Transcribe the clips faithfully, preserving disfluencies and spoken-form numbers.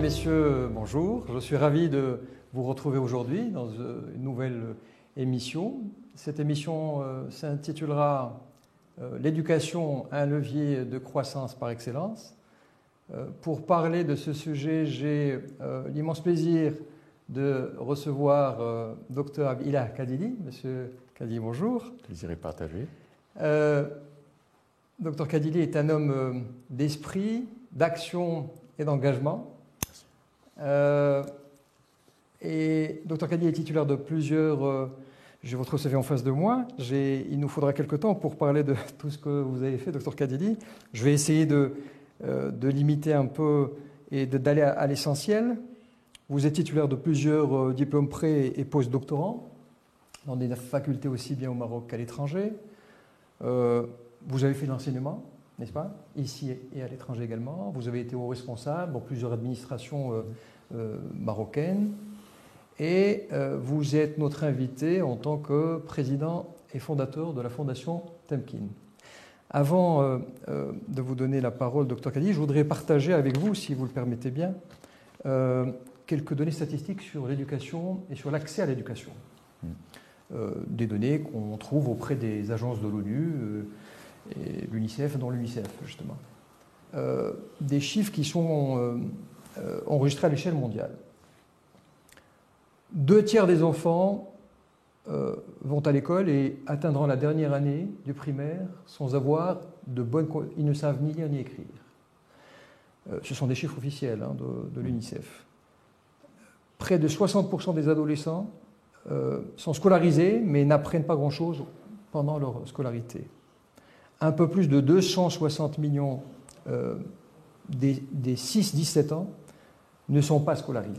messieurs, bonjour. Je suis ravi de vous retrouver aujourd'hui dans une nouvelle émission. Cette émission euh, s'intitulera euh, « L'éducation, un levier de croissance par excellence ». Euh, pour parler de ce sujet, j'ai euh, l'immense plaisir de recevoir euh, Dr Abdillah Kadili. Monsieur Kadili, bonjour. Plaisir est partagé. Euh, Dr Kadili est un homme euh, d'esprit, d'action et d'engagement. Euh, et Dr Kadili est titulaire de plusieurs... Euh, j'ai votre C V en face de moi. Il nous faudra quelques temps pour parler de tout ce que vous avez fait, Dr Kadili. Je vais essayer de, euh, de limiter un peu et d'aller à, à l'essentiel. Vous êtes titulaire de plusieurs euh, diplômes pré- et post-doctorants, dans des facultés aussi bien au Maroc qu'à l'étranger. Euh, vous avez fait de l'enseignement, n'est-ce pas? Ici et à l'étranger également. Vous avez été haut responsable dans plusieurs administrations euh, euh, marocaines. Et euh, vous êtes notre invité en tant que président et fondateur de la Fondation Temkin. Avant euh, euh, de vous donner la parole, Dr Kadili, je voudrais partager avec vous, si vous le permettez bien, euh, quelques données statistiques sur l'éducation et sur l'accès à l'éducation. Mmh. Euh, des données qu'on trouve auprès des agences de l'ONU euh, et l'UNICEF, dont l'UNICEF justement. Euh, des chiffres qui sont euh, euh, enregistrés à l'échelle mondiale. Deux tiers des enfants euh, vont à l'école et atteindront la dernière année du primaire sans avoir de bonnes... Ils ne savent ni lire ni écrire. Euh, ce sont des chiffres officiels hein, de, de l'UNICEF. Près de soixante pour cent des adolescents euh, sont scolarisés mais n'apprennent pas grand-chose pendant leur scolarité. Un peu plus de deux cent soixante millions euh, des, des six à dix-sept ans ne sont pas scolarisés.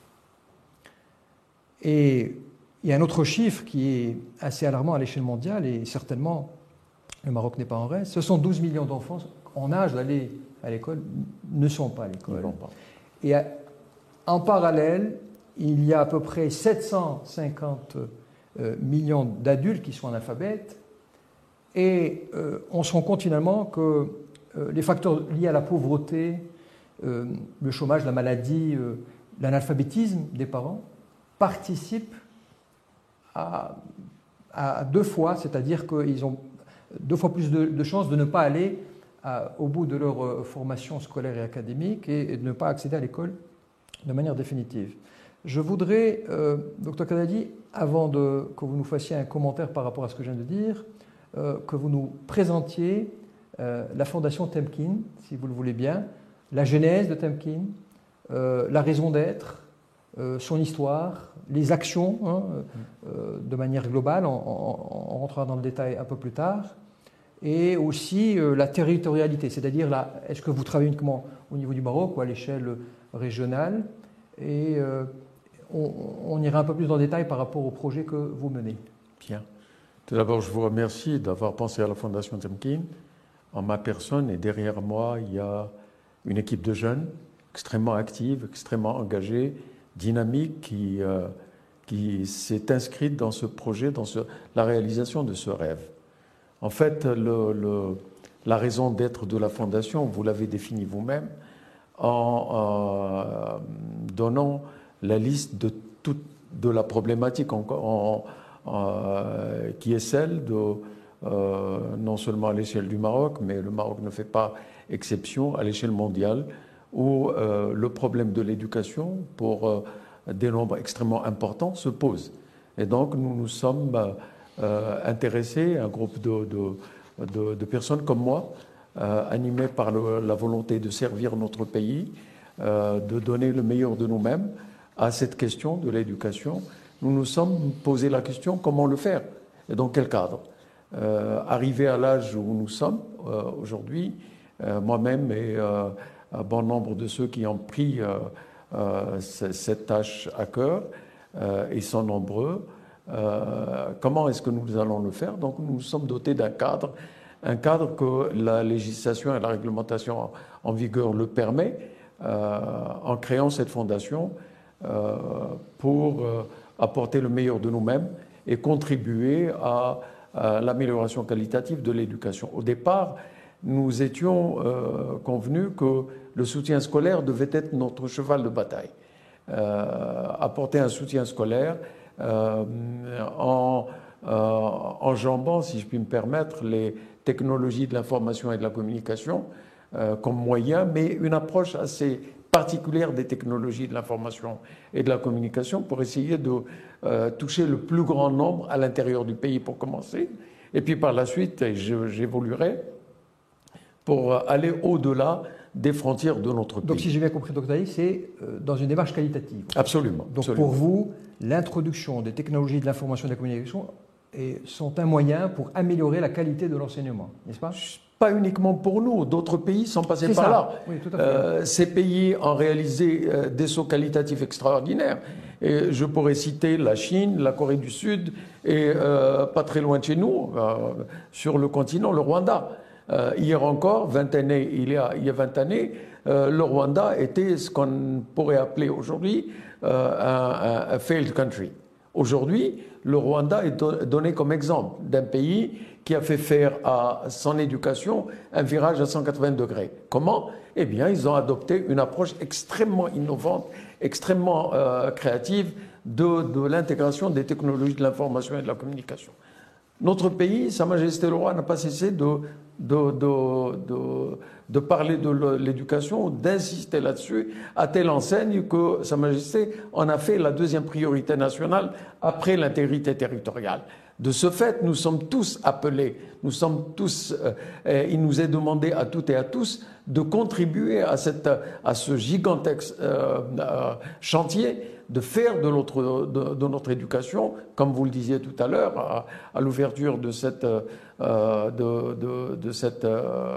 Et il y a un autre chiffre qui est assez alarmant à l'échelle mondiale, et certainement le Maroc n'est pas en reste. Ce sont douze millions d'enfants en âge d'aller à l'école, ne sont pas à l'école. Et à, en parallèle, il y a à peu près sept cent cinquante euh, millions d'adultes qui sont analphabètes, et euh, on se rend compte finalement que euh, les facteurs liés à la pauvreté, euh, le chômage, la maladie, euh, l'analphabétisme des parents, participent à, à deux fois, c'est-à-dire qu'ils ont deux fois plus de, de chances de ne pas aller à, au bout de leur formation scolaire et académique et, et de ne pas accéder à l'école de manière définitive. Je voudrais, euh, Dr Kadili, avant de, que vous nous fassiez un commentaire par rapport à ce que je viens de dire, euh, que vous nous présentiez euh, la Fondation Temkin, si vous le voulez bien, la genèse de Temkin, euh, la raison d'être, Euh, son histoire, les actions, hein, euh, de manière globale, on, on, on rentrera dans le détail un peu plus tard, et aussi euh, la territorialité, c'est-à-dire est-ce que vous travaillez uniquement au niveau du Maroc ou à l'échelle régionale, et euh, on, on ira un peu plus dans le détail par rapport au projet que vous menez. Bien. Tout d'abord, je vous remercie d'avoir pensé à la Fondation Temkin. En ma personne, et derrière moi, il y a une équipe de jeunes extrêmement active, extrêmement engagée, dynamique qui, euh, qui s'est inscrite dans ce projet, dans ce, la réalisation de ce rêve. En fait, le, le, la raison d'être de la Fondation, vous l'avez définie vous-même, en euh, donnant la liste de toute de la problématique en, en, euh, qui est celle de, euh, non seulement à l'échelle du Maroc, mais le Maroc ne fait pas exception, à l'échelle mondiale, où euh, le problème de l'éducation, pour euh, des nombres extrêmement importants, se pose. Et donc, nous nous sommes euh, intéressés, un groupe de, de, de, de personnes comme moi, euh, animés par le, la volonté de servir notre pays, euh, de donner le meilleur de nous-mêmes à cette question de l'éducation. Nous nous sommes posé la question comment le faire et dans quel cadre. Euh, arrivé à l'âge où nous sommes euh, aujourd'hui, euh, moi-même et euh, un bon nombre de ceux qui ont pris euh, euh, cette tâche à cœur, euh, et sont nombreux. Euh, comment est-ce que nous allons le faire? Donc nous nous sommes dotés d'un cadre, un cadre que la législation et la réglementation en, en vigueur le permet, euh, en créant cette fondation euh, pour euh, apporter le meilleur de nous-mêmes et contribuer à, à l'amélioration qualitative de l'éducation. Au départ, nous étions euh, convenus que le soutien scolaire devait être notre cheval de bataille. Euh, apporter un soutien scolaire euh, en euh, enjambant, si je puis me permettre, les technologies de l'information et de la communication euh, comme moyen, mais une approche assez particulière des technologies de l'information et de la communication pour essayer de euh, toucher le plus grand nombre à l'intérieur du pays pour commencer. Et puis par la suite, j'évoluerai pour aller au-delà des frontières de notre pays. Donc si j'ai bien compris, docteur Ali, c'est euh, dans une démarche qualitative. Absolument. Donc absolument. pour vous, l'introduction des technologies de l'information et de la communication est, sont un moyen pour améliorer la qualité de l'enseignement, n'est-ce pas? Pas uniquement pour nous, d'autres pays sont passés par ça. là. Oui, tout à fait. Euh, ces pays ont réalisé euh, des sauts qualitatifs extraordinaires. Et je pourrais citer la Chine, la Corée du Sud et euh, pas très loin de chez nous, euh, sur le continent, le Rwanda. Euh, hier encore, vingt années, il, y a, il y a vingt années, euh, le Rwanda était ce qu'on pourrait appeler aujourd'hui euh, un, un, un failed country. Aujourd'hui, le Rwanda est do donné comme exemple d'un pays qui a fait faire à son éducation un virage à cent quatre-vingts degrés. Comment? Eh bien, ils ont adopté une approche extrêmement innovante, extrêmement euh, créative de, de l'intégration des technologies de l'information et de la communication. Notre pays, Sa Majesté le Roi, n'a pas cessé de, de, de, de, de parler de l'éducation, d'insister là-dessus, à telle enseigne que Sa Majesté en a fait la deuxième priorité nationale après l'intégrité territoriale. De ce fait, nous sommes tous appelés, nous sommes tous, euh, il nous est demandé à toutes et à tous de contribuer à, cette, à ce gigantesque euh, euh, chantier, de faire de notre, de, de notre éducation, comme vous le disiez tout à l'heure, à, à l'ouverture de, cette, euh, de, de, de, cette, euh,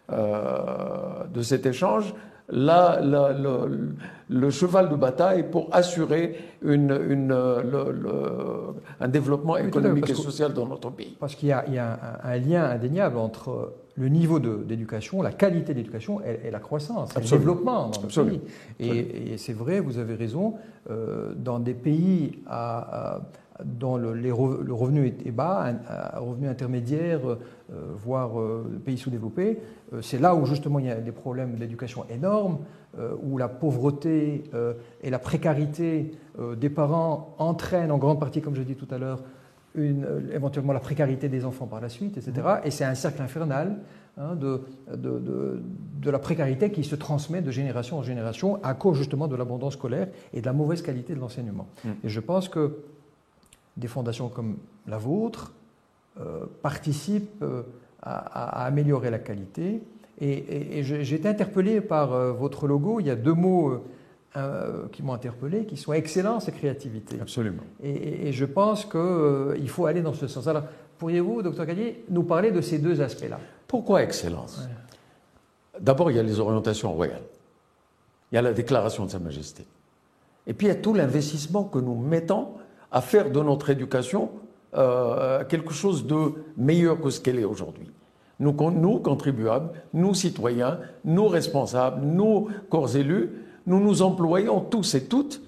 de cet échange, la, la, le, le cheval de bataille pour assurer une, une, le, le, un développement économique et social dans notre pays. Parce qu'il y a, il y a un, un lien indéniable entre le niveau d'éducation, la qualité d'éducation et, et la croissance, et le développement dans notre pays. Et, et c'est vrai, vous avez raison, euh, dans des pays à, à dont le, les re, le revenu est, est bas, un, un revenu intermédiaire, euh, voire euh, pays sous-développés, euh, c'est là où justement il y a des problèmes d'éducation énormes, euh, où la pauvreté euh, et la précarité euh, des parents entraînent en grande partie, comme je l'ai dit tout à l'heure, une, euh, éventuellement la précarité des enfants par la suite, et cetera. Mmh. Et c'est un cercle infernal hein, de, de, de, de la précarité qui se transmet de génération en génération à cause justement de l'abondance scolaire et de la mauvaise qualité de l'enseignement. Mmh. Et je pense que des fondations comme la vôtre euh, participent euh, à, à améliorer la qualité. Et, et, et j'ai été interpellé par euh, votre logo. Il y a deux mots euh, qui m'ont interpellé, qui sont excellence et créativité. Absolument. Et, et, et je pense qu'il euh, faut aller dans ce sens. Alors, pourriez-vous, docteur Cadier, nous parler de ces deux aspects-là? Pourquoi excellence? Ouais. D'abord, il y a les orientations royales. Il y a la déclaration de Sa Majesté. Et puis, il y a tout l'investissement que nous mettons à faire de notre éducation euh, quelque chose de meilleur que ce qu'elle est aujourd'hui. Nous, nous, contribuables, nous, citoyens, nous, responsables, nous, corps élus, nous nous employons tous et toutes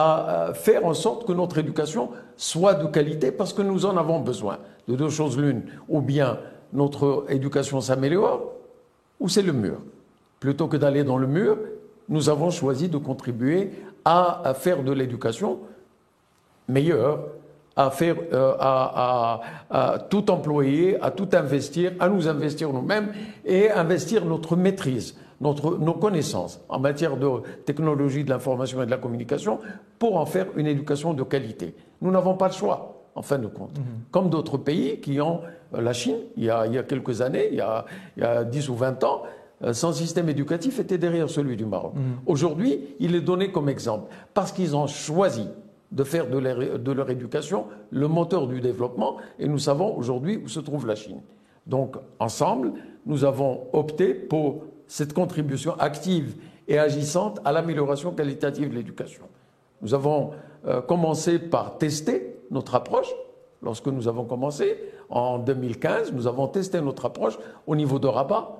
à faire en sorte que notre éducation soit de qualité parce que nous en avons besoin. De deux choses l'une, ou bien notre éducation s'améliore, ou c'est le mur. Plutôt que d'aller dans le mur, nous avons choisi de contribuer à, à faire de l'éducation meilleur, à faire, euh, à, à, à tout employer, à tout investir, à nous investir nous-mêmes et investir notre maîtrise, notre, nos connaissances en matière de technologie de l'information et de la communication pour en faire une éducation de qualité. Nous n'avons pas le choix, en fin de compte. Mm-hmm. Comme d'autres pays qui ont, la Chine, il y a, il y a quelques années, il y a, il y a dix ou vingt ans, son système éducatif était derrière celui du Maroc. Mm-hmm. Aujourd'hui, il est donné comme exemple parce qu'ils ont choisi de faire de leur, de leur éducation le moteur du développement, et nous savons aujourd'hui où se trouve la Chine. Donc, ensemble, nous avons opté pour cette contribution active et agissante à l'amélioration qualitative de l'éducation. Nous avons euh, commencé par tester notre approche. Lorsque nous avons commencé, en deux mille quinze, nous avons testé notre approche au niveau de Rabat,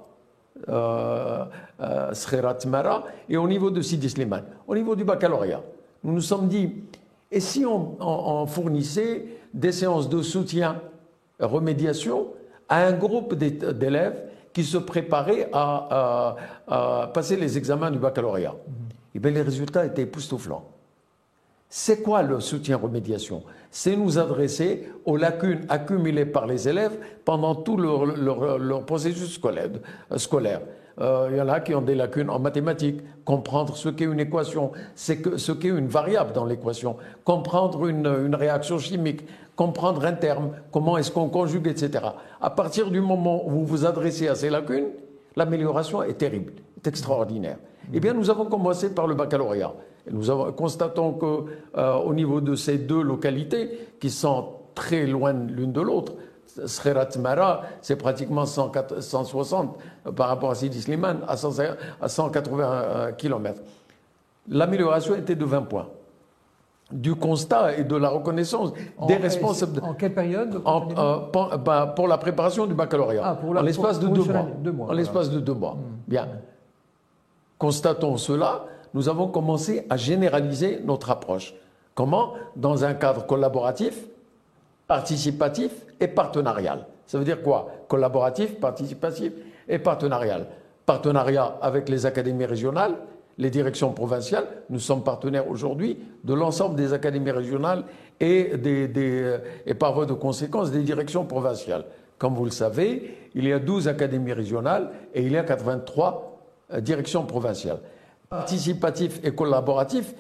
euh, euh, Srerat Mara, et au niveau de Sidi Slimane. Au niveau du baccalauréat, nous nous sommes dit, et si on, on, on fournissait des séances de soutien, remédiation, à un groupe d'élèves qui se préparaient à, à, à passer les examens du baccalauréat. Mm-hmm. Et bien, les résultats étaient époustouflants. C'est quoi le soutien remédiation? C'est nous adresser aux lacunes accumulées par les élèves pendant tout leur, leur, leur processus scolaire. scolaire. Euh, il y en a qui ont des lacunes en mathématiques, comprendre ce qu'est une équation, c'est que, ce qu'est une variable dans l'équation, comprendre une, une réaction chimique, comprendre un terme, comment est-ce qu'on conjugue, et cetera. À partir du moment où vous vous adressez à ces lacunes, l'amélioration est terrible, est extraordinaire. Mmh. Eh bien, nous avons commencé par le baccalauréat. Et nous avons, constatons qu'au euh, niveau de ces deux localités, qui sont très loin l'une de l'autre, Srerat Mara, c'est pratiquement cent soixante par rapport à Sidi Slimane, à cent quatre-vingts kilomètres. L'amélioration était de vingt points. Du constat et de la reconnaissance en, des responsables. En quelle période en, euh, pour, bah, pour la préparation du baccalauréat. Ah, pour la, en l'espace de deux mois. deux mois. En l'espace voilà. de deux mois. Mmh. Bien. Constatons cela. Nous avons commencé à généraliser notre approche. Comment? Dans un cadre collaboratif, participatif et partenarial. Ça veut dire quoi? Collaboratif, participatif et partenarial. Partenariat avec les académies régionales, les directions provinciales. Nous sommes partenaires aujourd'hui de l'ensemble des académies régionales et, des, des, et par voie de conséquence des directions provinciales. Comme vous le savez, il y a douze académies régionales et il y a quatre-vingt-trois directions provinciales. Participatif et collaboratif,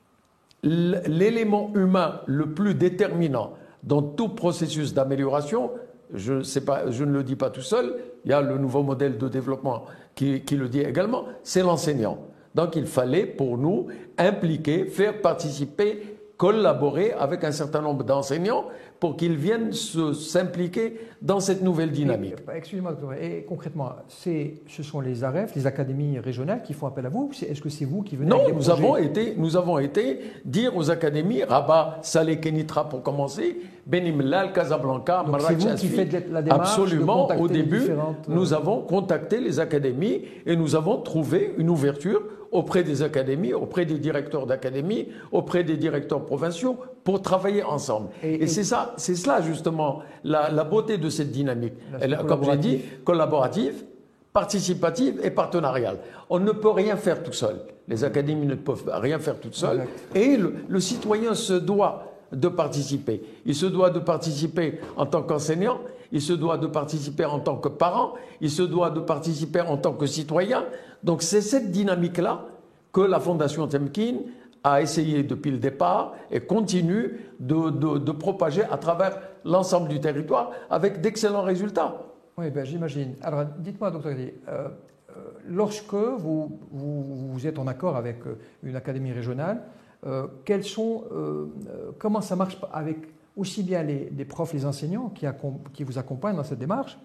l'élément humain le plus déterminant dans tout processus d'amélioration, je, je ne le dis pas tout seul, il y a le nouveau modèle de développement qui, qui le dit également, c'est l'enseignant. Donc il fallait pour nous impliquer, faire participer, collaborer avec un certain nombre d'enseignants pour qu'ils viennent s'impliquer dans cette nouvelle dynamique. Excusez-moi, docteur, et concrètement, ce sont les A R E F, les académies régionales qui font appel à vous? Est-ce que c'est vous qui venez Non, avec des nous projets? avons été, nous avons été dire aux académies, Rabat, Salé, Kenitra pour commencer, Benimlal, Casablanca, Marrakech. C'est vous qui faites la démarche? Absolument, de au début, différentes... nous avons contacté les académies et nous avons trouvé une ouverture auprès des académies, auprès des directeurs d'académies, auprès des directeurs provinciaux, pour travailler ensemble. Et, et, et c'est ça, c'est cela justement la, la beauté de cette dynamique. Elle, comme j'ai dit, collaborative, participative et partenariale. On ne peut rien faire tout seul. Les académies ne peuvent rien faire toutes seules. Exact. Et le, le citoyen se doit de participer. Il se doit de participer en tant qu'enseignant, il se doit de participer en tant que parent, il se doit de participer en tant que citoyen. Donc c'est cette dynamique-là que la Fondation Temkin a essayé depuis le départ et continue de, de, de propager à travers l'ensemble du territoire avec d'excellents résultats. Oui, ben, j'imagine. Alors dites-moi, docteur Gadi, euh, euh, lorsque vous, vous, vous êtes en accord avec une académie régionale, euh, quels sont, euh, comment ça marche avec aussi bien les, les profs, les enseignants qui, qui vous accompagnent dans cette démarche,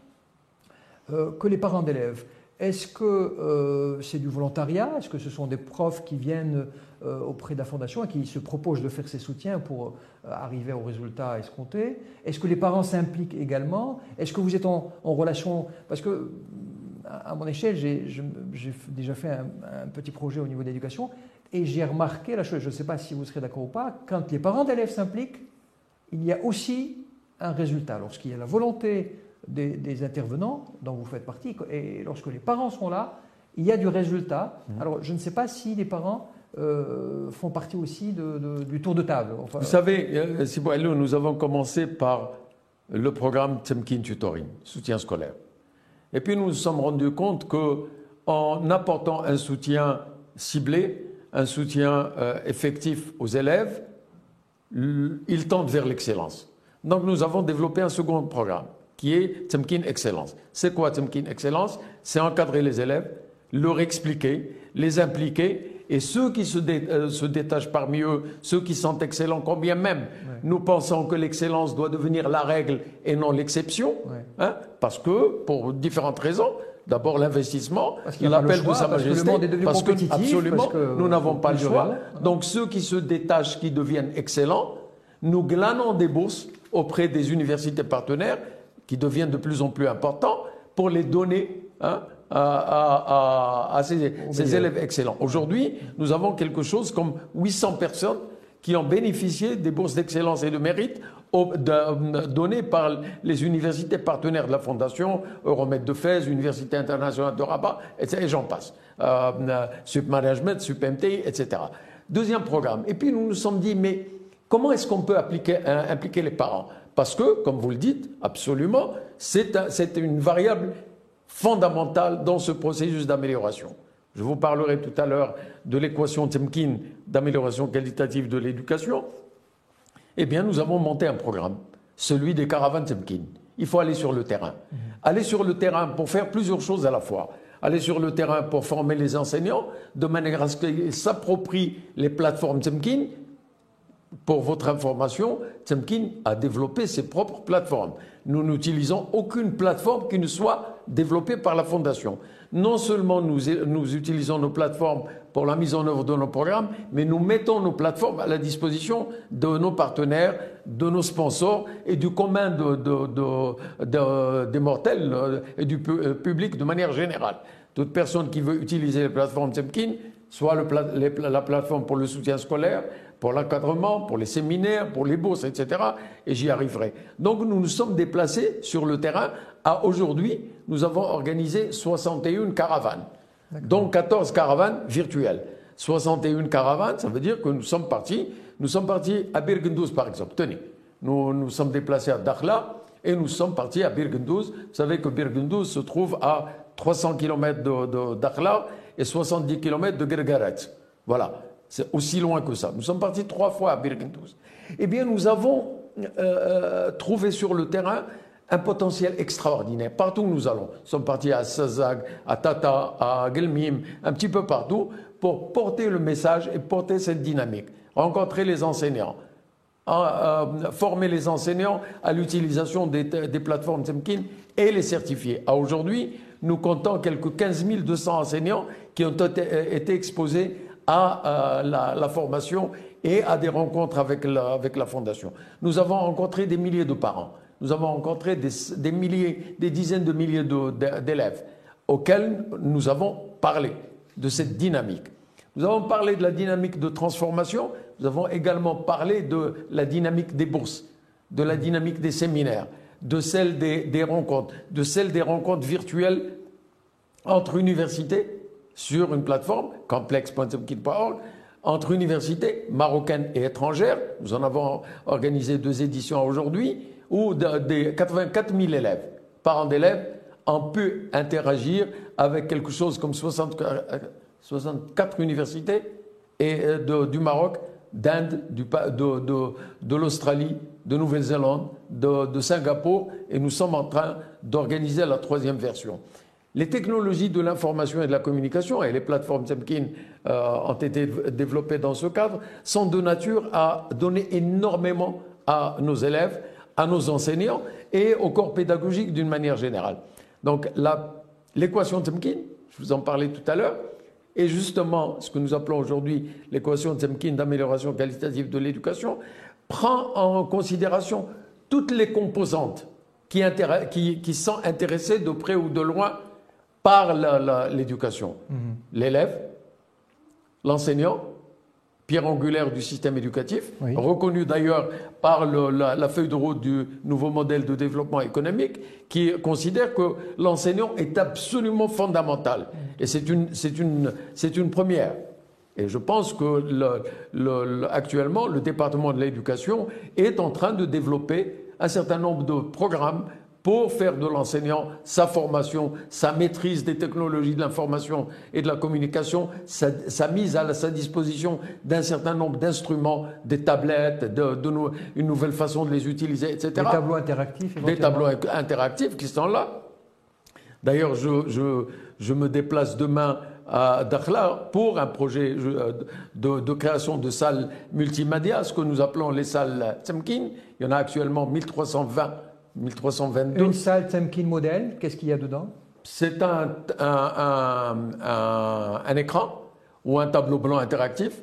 euh, que les parents d'élèves? Est-ce que euh, c'est du volontariat? Est-ce que ce sont des profs qui viennent euh, auprès de la Fondation et qui se proposent de faire ces soutiens pour euh, arriver aux résultats escomptés? Est-ce que les parents s'impliquent également? Est-ce que vous êtes en, en relation? Parce que, à mon échelle, j'ai déjà fait un, un petit projet au niveau de l'éducation et j'ai remarqué la chose, je ne sais pas si vous serez d'accord ou pas, quand les parents d'élèves s'impliquent, il y a aussi un résultat. Lorsqu'il y a la volonté Des, des intervenants dont vous faites partie, et lorsque les parents sont là, il y a du résultat. Mmh. Alors, je ne sais pas si les parents euh, font partie aussi de, de, du tour de table. Enfin, vous savez, nous avons commencé par le programme Temkin Tutoring, soutien scolaire. Et puis nous nous sommes rendus compte qu'en apportant un soutien ciblé, un soutien euh, effectif aux élèves, ils tendent vers l'excellence. Donc nous avons développé un second programme, qui est Temkin Excellence. C'est quoi Temkin Excellence? C'est encadrer les élèves, leur expliquer, les impliquer, et ceux qui se, dé, euh, se détachent parmi eux, ceux qui sont excellents, combien même ouais. nous pensons que l'excellence doit devenir la règle et non l'exception, ouais. hein, parce que, pour différentes raisons, d'abord l'investissement, l'appel de Sa Majesté, parce que, le monde est devenu parce que absolument, parce que nous n'avons pas le choix. Hein. Donc ceux qui se détachent, qui deviennent excellents, nous glanons des bourses auprès des universités partenaires, qui deviennent de plus en plus importants, pour les donner hein, à, à, à, à ces, ces élèves excellents. Aujourd'hui, nous avons quelque chose comme huit cents personnes qui ont bénéficié des bourses d'excellence et de mérite au, de, données par les universités partenaires de la Fondation, Euromed de Fès, Université internationale de Rabat, et cetera, et j'en passe. Euh, Submanagement, SubMT, et cetera. Deuxième programme. Et puis nous nous sommes dit, mais comment est-ce qu'on peut appliquer, euh, impliquer les parents? Parce que, comme vous le dites, absolument, c'est un, une variable fondamentale dans ce processus d'amélioration. Je vous parlerai tout à l'heure de l'équation Temkin d'amélioration qualitative de l'éducation. Eh bien, nous avons monté un programme, celui des caravanes Temkin. Il faut aller sur le terrain. Mmh. Aller sur le terrain pour faire plusieurs choses à la fois. Aller sur le terrain pour former les enseignants, de manière à ce qu'ils s'approprient les plateformes Temkin. Pour votre information, Temkin a développé ses propres plateformes. Nous n'utilisons aucune plateforme qui ne soit développée par la Fondation. Non seulement nous, nous utilisons nos plateformes pour la mise en œuvre de nos programmes, mais nous mettons nos plateformes à la disposition de nos partenaires, de nos sponsors et du commun de, de, de, de, des mortels et du public de manière générale. Toute personne qui veut utiliser les plateformes Temkin, soit le, les, la plateforme pour le soutien scolaire, pour l'encadrement, pour les séminaires, pour les bourses, et cetera. Et j'y arriverai. Donc nous nous sommes déplacés sur le terrain. À aujourd'hui, nous avons organisé soixante et une caravanes, dont quatorze caravanes virtuelles. soixante et une caravanes, ça veut dire que nous sommes partis. Nous sommes partis à Bir Gundouz, par exemple. Tenez, nous nous sommes déplacés à Dakhla et nous sommes partis à Bir Gundouz. Vous savez que Bir Gundouz se trouve à trois cents kilomètres de, de Dakhla et soixante-dix kilomètres de Gergaret. Voilà. C'est aussi loin que ça. Nous sommes partis trois fois à Bir Gundouz. Eh bien, nous avons euh, trouvé sur le terrain un potentiel extraordinaire. Partout où nous allons. Nous sommes partis à Sazag, à Tata, à Gelmim, un petit peu partout, pour porter le message et porter cette dynamique. Rencontrer les enseignants. À, euh, former les enseignants à l'utilisation des, des plateformes Temkin et les certifier. À aujourd'hui, nous comptons quelques quinze mille deux cents enseignants qui ont été, été exposés à euh, la, la formation et à des rencontres avec la, avec la Fondation. Nous avons rencontré des milliers de parents. Nous avons rencontré des, des milliers, des dizaines de milliers d'élèves auxquels nous avons parlé de cette dynamique. Nous avons parlé de la dynamique de transformation. Nous avons également parlé de la dynamique des bourses, de la dynamique des séminaires, de celle des, des rencontres, de celle des rencontres virtuelles entre universités sur une plateforme, complex point temkin point org, entre universités marocaines et étrangères. Nous en avons organisé deux éditions aujourd'hui, où des quatre-vingt-quatre mille élèves, parents d'élèves, ont pu interagir avec quelque chose comme soixante-quatre universités et de, du Maroc, d'Inde, de, de, de l'Australie, de Nouvelle-Zélande, de, de Singapour, et nous sommes en train d'organiser la troisième version. Les technologies de l'information et de la communication et les plateformes Temkin euh, ont été développées dans ce cadre, sont de nature à donner énormément à nos élèves, à nos enseignants et au corps pédagogique d'une manière générale. Donc l'équation Temkin, je vous en parlais tout à l'heure, est justement ce que nous appelons aujourd'hui l'équation Temkin d'amélioration qualitative de l'éducation, prend en considération toutes les composantes qui, qui, qui sont intéressées de près ou de loin par l'éducation. Mmh. L'élève, l'enseignant, pierre angulaire du système éducatif, oui. reconnu d'ailleurs par le, la, la feuille de route du nouveau modèle de développement économique, qui considère que l'enseignant est absolument fondamental. Mmh. Et c'est une, c'est une, c'est une première. Et je pense que le, le, le, actuellement, le département de l'éducation est en train de développer un certain nombre de programmes pour faire de l'enseignant sa formation, sa maîtrise des technologies de l'information et de la communication, sa, sa mise à la, sa disposition d'un certain nombre d'instruments, des tablettes, de, de nou, une nouvelle façon de les utiliser, et cetera. Des tableaux interactifs Des tableaux interactifs qui sont là. D'ailleurs, je, je, je me déplace demain à Dakhla pour un projet de, de création de salles multimédia, ce que nous appelons les salles Temkin. Il y en a actuellement mille trois cent vingt. mille trois cent vingt-deux. Une salle Temkin modèle, qu'est-ce qu'il y a dedans? C'est un, un, un, un, un écran ou un tableau blanc interactif,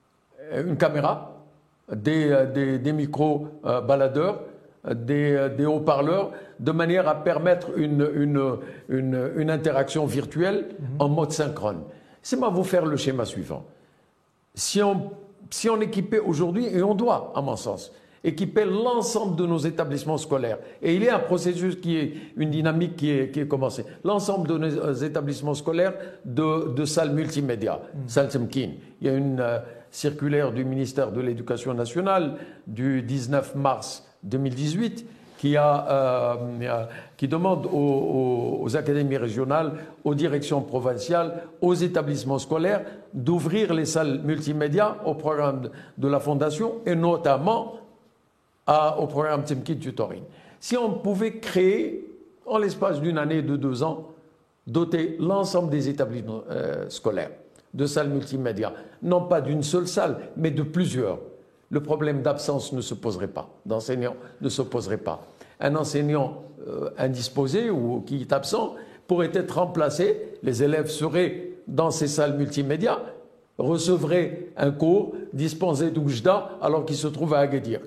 une caméra, des, des, des micros euh, baladeurs, des, des haut-parleurs, de manière à permettre une, une, une, une interaction virtuelle mm-hmm. en mode synchrone. C'est moi vous faire le schéma suivant. Si on si on équipait aujourd'hui, et on doit, à mon sens, équiper l'ensemble de nos établissements scolaires. Et il y a un processus qui est, une dynamique qui est, qui est commencée. L'ensemble de nos établissements scolaires de, de salles multimédia, mmh. salles Temkin. Il y a une euh, circulaire du ministère de l'Éducation nationale du dix-neuf mars deux mille dix-huit qui, a, euh, qui demande aux, aux, aux académies régionales, aux directions provinciales, aux établissements scolaires d'ouvrir les salles multimédia au programme de la Fondation et notamment à, au programme Temkin Tutoring. Si on pouvait créer, en l'espace d'une année, de deux ans, doter l'ensemble des établissements euh, scolaires de salles multimédia, non pas d'une seule salle, mais de plusieurs, le problème d'absence ne se poserait pas, d'enseignant ne se poserait pas. Un enseignant euh, indisposé ou qui est absent pourrait être remplacé, les élèves seraient dans ces salles multimédia, recevraient un cours dispensé d'Oujda alors qu'ils se trouvent à Agadir.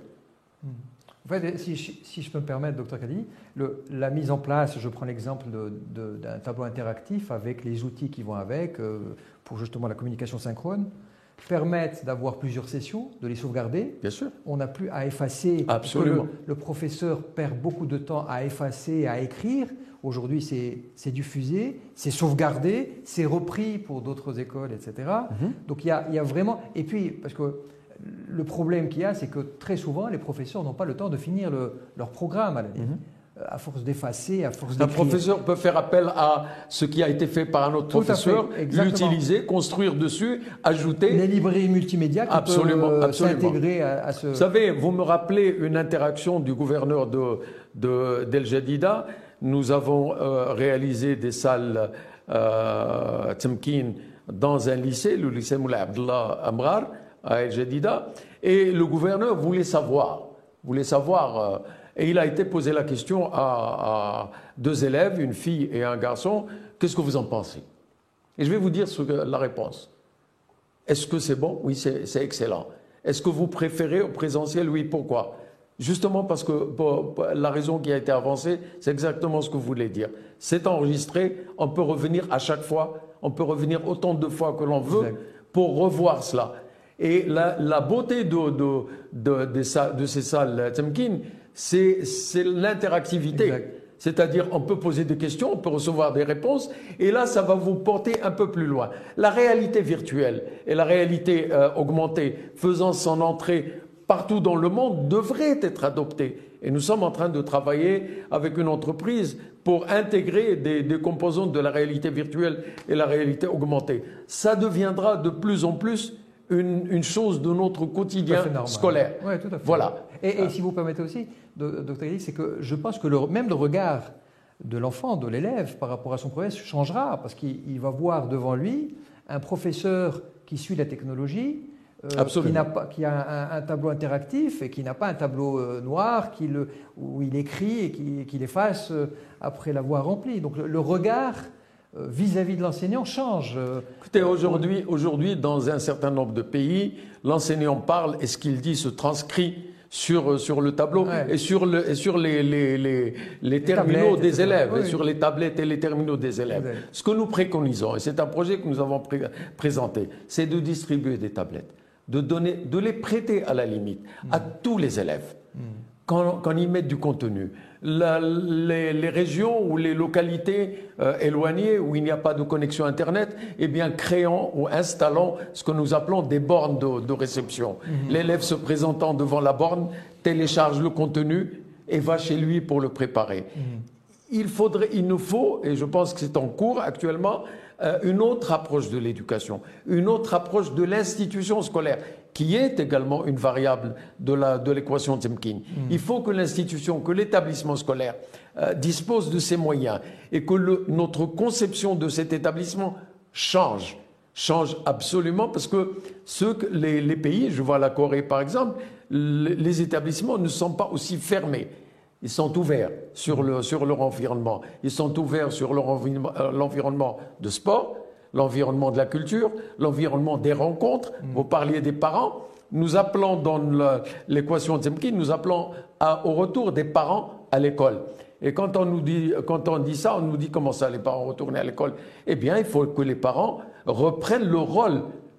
En fait, si je, si je peux me permettre, docteur Kadi, le, la mise en place, je prends l'exemple d'un tableau interactif avec les outils qui vont avec, euh, pour justement la communication synchrone, permettent d'avoir plusieurs sessions, de les sauvegarder. Bien sûr. On n'a plus à effacer. Absolument. Le, le professeur perd beaucoup de temps à effacer, à écrire. Aujourd'hui, c'est diffusé, c'est sauvegardé, c'est repris pour d'autres écoles, et cetera. Mm-hmm. Donc il y a, il y a vraiment... Et puis, parce que le problème qu'il y a, c'est que très souvent, les professeurs n'ont pas le temps de finir le, leur programme à l'année. Mm-hmm. À force d'effacer, à force d'écrire. Un professeur peut faire appel à ce qui a été fait par un autre Tout professeur, l'utiliser, construire dessus, ajouter. Les librairies multimédia qui absolument, peuvent absolument. s'intégrer à, à ce... Vous savez, vous me rappelez une interaction du gouverneur de, de, d'El Jadida. Nous avons euh, réalisé des salles euh, Temkin dans un lycée, le lycée Moulay Abdallah Amrar, à El Jadida, et le gouverneur voulait savoir, voulait savoir... Euh, Et il a été posé la question à, à deux élèves, une fille et un garçon, qu'est-ce que vous en pensez? Et je vais vous dire ce que, la réponse. Est-ce que c'est bon? Oui, c'est excellent. Est-ce que vous préférez au présentiel? Oui, pourquoi? Justement parce que pour, pour, la raison qui a été avancée, c'est exactement ce que vous voulez dire. C'est enregistré, on peut revenir à chaque fois, on peut revenir autant de fois que l'on veut exact. Pour revoir cela. Et la, la beauté de, de, de, de, de ces salles Temkin, c'est l'interactivité. C'est-à-dire, on peut poser des questions, on peut recevoir des réponses, et là, ça va vous porter un peu plus loin. La réalité virtuelle et la réalité euh, augmentée faisant son entrée partout dans le monde devraient être adoptées. Et nous sommes en train de travailler avec une entreprise pour intégrer des, des composantes de la réalité virtuelle et la réalité augmentée. Ça deviendra de plus en plus Une, une chose de notre quotidien scolaire. Oui, tout à fait. Voilà. Et, et si vous permettez aussi, docteur Elie, c'est que je pense que le, même le regard de l'enfant, de l'élève, par rapport à son professeur, changera, parce qu'il va voir devant lui un professeur qui suit la technologie, euh, qui, n'a pas, qui a un, un tableau interactif et qui n'a pas un tableau euh, noir qui le, où il écrit et qui, qui l'efface euh, après l'avoir rempli. Donc le, le regard vis-à-vis de l'enseignant change. Écoutez, aujourd'hui, aujourd'hui, dans un certain nombre de pays, l'enseignant parle et ce qu'il dit se transcrit sur, sur le tableau ouais. et sur, le, et sur les, les, les, les terminaux des élèves, oui. et sur les tablettes et les terminaux des élèves. Oui. Ce que nous préconisons, et c'est un projet que nous avons pré présenté, c'est de distribuer des tablettes, de, donner, de les prêter à la limite mmh. à tous les élèves, mmh. quand, quand ils mettent du contenu. La, les, les régions ou les localités euh, éloignées où il n'y a pas de connexion Internet, eh bien créons ou installons ce que nous appelons des bornes de, de réception. Mmh. L'élève se présentant devant la borne télécharge le contenu et va chez lui pour le préparer. Mmh. Il faudrait, il nous faut, et je pense que c'est en cours actuellement, euh, une autre approche de l'éducation, une autre approche de l'institution scolaire, qui est également une variable de l'équation de Temkin. Mmh. Il faut que l'institution, que l'établissement scolaire euh, dispose de ses moyens et que le, notre conception de cet établissement change. Change absolument parce que ceux, les, les pays, je vois la Corée par exemple, les, les établissements ne sont pas aussi fermés. Ils sont ouverts sur, le, sur leur environnement. Ils sont ouverts sur l'environnement de sport, l'environnement de la culture, l'environnement des rencontres. Mmh. Vous parliez des parents. Nous appelons dans l'équation de Temkin, nous appelons à, au retour des parents à l'école. Et quand on nous dit, quand on dit ça, on nous dit comment ça, les parents retourner à l'école? Eh bien, il faut que les parents reprennent le rôle,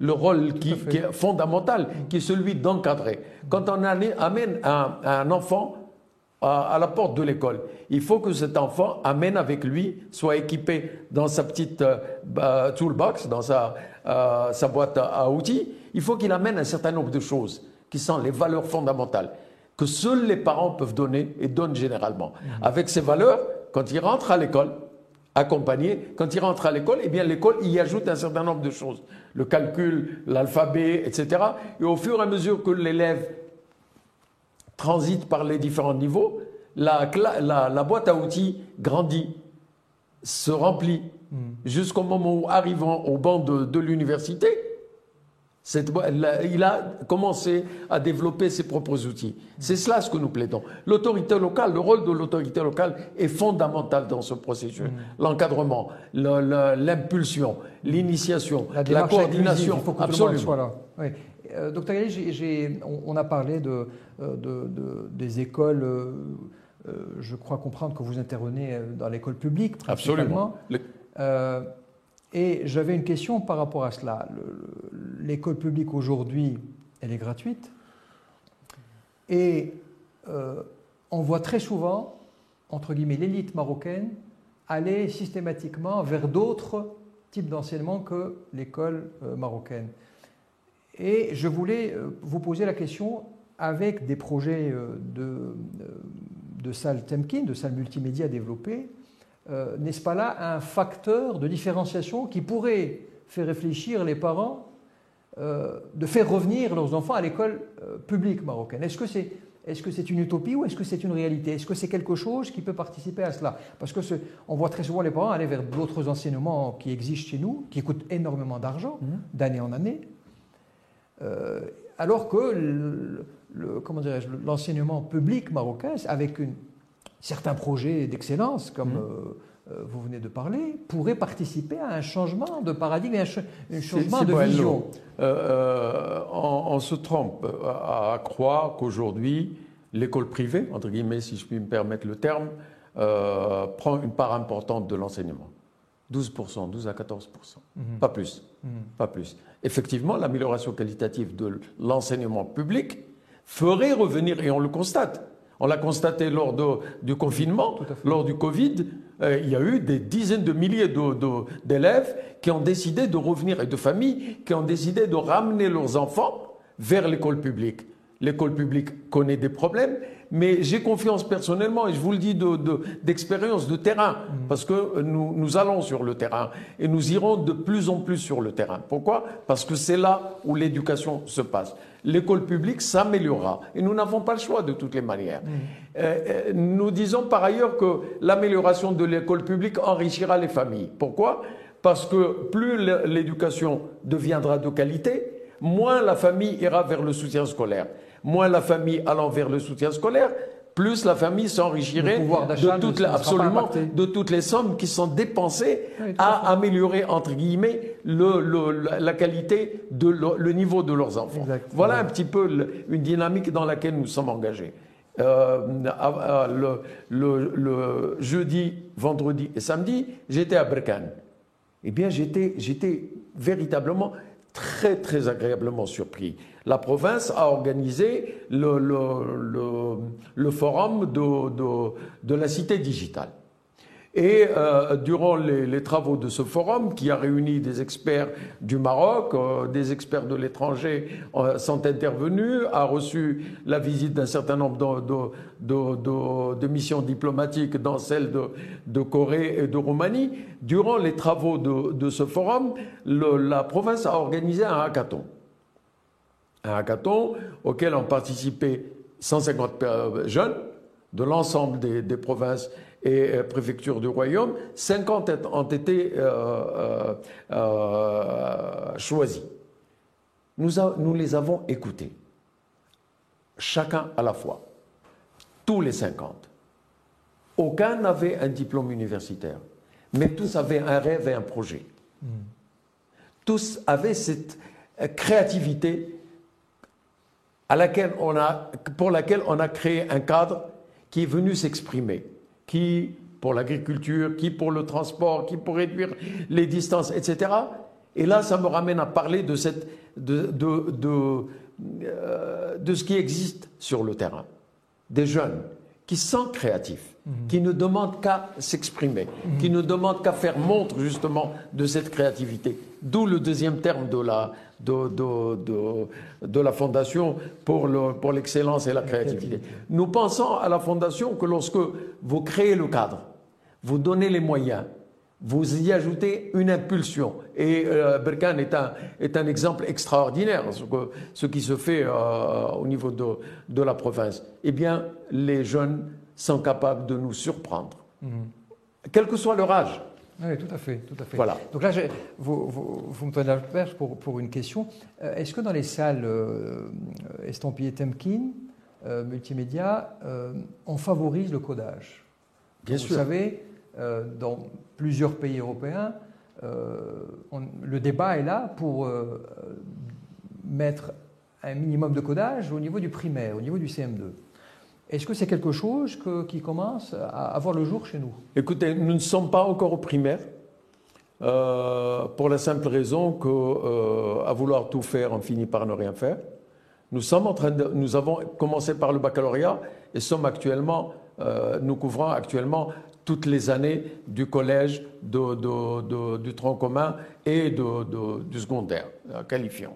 le rôle qui, qui est fondamental, qui est celui d'encadrer. Quand on amène un, un enfant à, à la porte de l'école, il faut que cet enfant amène avec lui, soit équipé dans sa petite euh, toolbox, dans sa, euh, sa boîte à outils, il faut qu'il amène un certain nombre de choses qui sont les valeurs fondamentales que seuls les parents peuvent donner et donnent généralement. Mmh. Avec ces valeurs, quand il rentre à l'école, accompagné, quand il rentre à l'école, eh bien l'école y ajoute un certain nombre de choses. Le calcul, l'alphabet, et cetera. Et au fur et à mesure que l'élève transite par les différents niveaux, la, la, la boîte à outils grandit, se remplit, mmh. jusqu'au moment où, arrivant au banc de, de l'université, Cette, il a commencé à développer ses propres outils. C'est cela ce que nous plaidons. L'autorité locale, le rôle de l'autorité locale est fondamental dans ce processus. Mmh. L'encadrement, l'impulsion, l'initiation, la, la coordination. Il faut que absolument. Tout le monde soit là. Oui. Euh, docteur Ghali, j'ai, j'ai, on, on a parlé de, de, de, des écoles. Euh, je crois comprendre que vous intervenez dans l'école publique. Absolument. Le... Euh, Et j'avais une question par rapport à cela. L'école publique aujourd'hui, elle est gratuite. Et euh, on voit très souvent, entre guillemets, l'élite marocaine aller systématiquement vers d'autres types d'enseignement que l'école euh, marocaine. Et je voulais euh, vous poser la question, avec des projets euh, de, de salles Temkin, de salles multimédia développées, Euh, n'est-ce pas là un facteur de différenciation qui pourrait faire réfléchir les parents euh, de faire revenir leurs enfants à l'école euh, publique marocaine? Est-ce que c'est est-ce que c'est une utopie ou est-ce que c'est une réalité? Est-ce que c'est quelque chose qui peut participer à cela? Parce que ce, on voit très souvent les parents aller vers d'autres enseignements qui existent chez nous, qui coûtent énormément d'argent, mmh. d'année en année, euh, alors que le, le, comment dirais-je, l'enseignement public marocain, avec une certains projets d'excellence, comme mmh. euh, vous venez de parler, pourraient participer à un changement de paradigme, un, ch un changement de vision. Euh, euh, on, on se trompe à, à croire qu'aujourd'hui, l'école privée, entre guillemets, si je puis me permettre le terme, euh, prend une part importante de l'enseignement. douze pour cent, douze à quatorze pour cent, mmh. pas plus. Mmh. Pas plus. Effectivement, l'amélioration qualitative de l'enseignement public ferait revenir, et on le constate, on l'a constaté lors de, du confinement, lors du Covid, euh, il y a eu des dizaines de milliers de, de, d'élèves qui ont décidé de revenir, et de familles qui ont décidé de ramener leurs enfants vers l'école publique. L'école publique connaît des problèmes, mais j'ai confiance personnellement, et je vous le dis de, de, d'expérience de terrain, mmh. parce que nous, nous allons sur le terrain, et nous irons de plus en plus sur le terrain. Pourquoi? Parce que c'est là où l'éducation se passe. L'école publique s'améliorera, et nous n'avons pas le choix de toutes les manières. Mmh. Euh, nous disons par ailleurs que l'amélioration de l'école publique enrichira les familles. Pourquoi? Parce que plus l'éducation deviendra de qualité, moins la famille ira vers le soutien scolaire. Moins la famille allant vers le soutien scolaire, plus la famille s'enrichirait de, toutes les, absolument, de toutes les sommes qui sont dépensées oui, à améliorer, entre guillemets, le, le, la qualité, de le, le niveau de leurs enfants. Exactement. Voilà un petit peu le, une dynamique dans laquelle nous sommes engagés. Euh, le, le, le jeudi, vendredi et samedi, j'étais à Berkane. Eh bien, j'étais j'étais véritablement très, très agréablement surpris. La province a organisé le, le, le, le forum de, de, de la cité digitale. Et euh, durant les, les travaux de ce forum, qui a réuni des experts du Maroc, euh, des experts de l'étranger euh, sont intervenus, a reçu la visite d'un certain nombre de, de, de, de, de missions diplomatiques, dans celles de, de Corée et de Roumanie. Durant les travaux de, de ce forum, le, la province a organisé un hackathon. Un hackathon auquel ont participé cent cinquante jeunes de l'ensemble des, des provinces et euh, préfectures du royaume. cinquante ont été euh, euh, euh, choisis. Nous, a, nous les avons écoutés, chacun à la fois, tous les cinquante. Aucun n'avait un diplôme universitaire, mais tous avaient un rêve et un projet. Mm. Tous avaient cette créativité à laquelle on a, pour laquelle on a créé un cadre qui est venu s'exprimer, qui pour l'agriculture, qui pour le transport, qui pour réduire les distances, et cetera. Et là, ça me ramène à parler de, cette, de, de, de, euh, de ce qui existe sur le terrain. Des jeunes qui sont créatifs, mmh. qui ne demandent qu'à s'exprimer, mmh. qui ne demandent qu'à faire montre justement de cette créativité. D'où le deuxième terme de la, de, de, de, de la Fondation pour, le, pour l'excellence et la créativité. Nous pensons à la Fondation que lorsque vous créez le cadre, vous donnez les moyens, vous y ajoutez une impulsion. Et euh, Berkane est un, est un exemple extraordinaire, ce, que, ce qui se fait euh, au niveau de, de la province. Eh bien, les jeunes sont capables de nous surprendre, mmh. quel que soit leur âge. Oui, tout à fait, tout à fait. Voilà. Donc là, je, vous, vous, vous me prenez la perche pour, pour une question. Euh, est-ce que dans les salles euh, estampillées Temkin, euh, multimédia, euh, on favorise le codage? Bien sûr. Vous savez, euh, dans plusieurs pays européens, euh, on, le débat est là pour euh, mettre un minimum de codage au niveau du primaire, au niveau du C M deux. Est-ce que c'est quelque chose que, qui commence à avoir le jour chez nous? Écoutez, nous ne sommes pas encore au primaire, euh, pour la simple raison que, euh, à vouloir tout faire, on finit par ne rien faire. Nous sommes en train de, nous avons commencé par le baccalauréat et sommes actuellement, euh, nous couvrons actuellement toutes les années du collège, de, de, de, du tronc commun et de, de, du secondaire, qualifiant.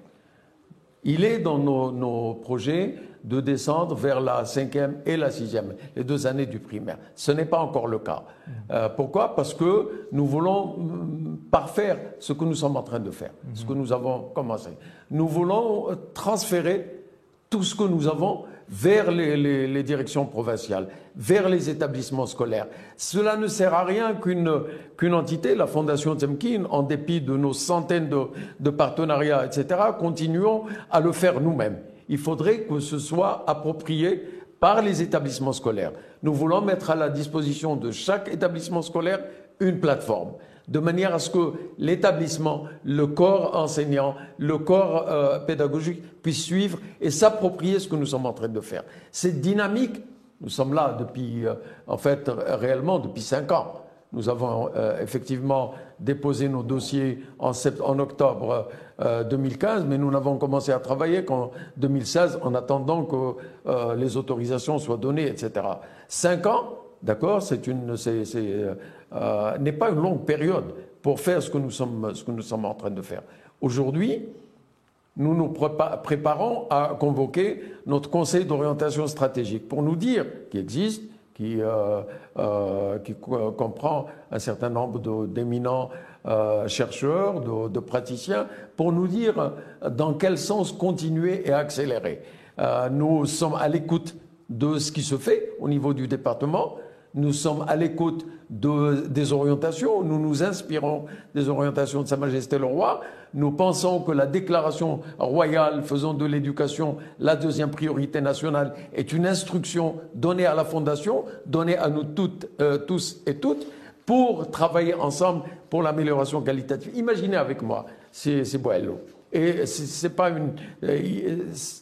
Il est dans nos, nos projets de descendre vers la cinquième et la sixième, les deux années du primaire. Ce n'est pas encore le cas. Mmh. Euh, pourquoi? Parce que nous voulons parfaire ce que nous sommes en train de faire, mmh. ce que nous avons commencé. Nous voulons transférer tout ce que nous avons vers les, les, les directions provinciales, vers les établissements scolaires. Cela ne sert à rien qu'une qu'une entité, la Fondation Temkin, en dépit de nos centaines de, de partenariats, et cetera, continuons à le faire nous-mêmes. Il faudrait que ce soit approprié par les établissements scolaires. Nous voulons mettre à la disposition de chaque établissement scolaire une plateforme, de manière à ce que l'établissement, le corps enseignant, le corps euh, pédagogique puisse suivre et s'approprier ce que nous sommes en train de faire. Cette dynamique, nous sommes là depuis, euh, en fait, réellement depuis cinq ans. Nous avons euh, effectivement déposé nos dossiers en, en octobre euh, deux mille quinze, mais nous n'avons commencé à travailler qu'en deux mille seize en attendant que euh, les autorisations soient données, et cetera. Cinq ans, d'accord, c'est une, c'est, c'est, euh, n'est pas une longue période pour faire ce que nous sommes, ce que nous sommes en train de faire. Aujourd'hui, nous nous préparons à convoquer notre conseil d'orientation stratégique pour nous dire qu'il existe, qui, euh, euh, qui comprend un certain nombre de, d'éminents euh, chercheurs, de, de praticiens, pour nous dire dans quel sens continuer et accélérer. Euh, nous sommes à l'écoute de ce qui se fait au niveau du département. Nous sommes à l'écoute de, des orientations. Nous nous inspirons des orientations de Sa Majesté le Roi. Nous pensons que la déclaration royale faisant de l'éducation la deuxième priorité nationale est une instruction donnée à la Fondation, donnée à nous toutes, euh, tous et toutes, pour travailler ensemble pour l'amélioration qualitative. Imaginez avec moi, c'est, c'est Boello. Et c'est, c'est pas une... Euh,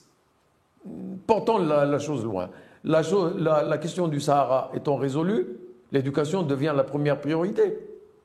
portons la, la chose loin. La, chose, la, la question du Sahara étant résolue, l'éducation devient la première priorité.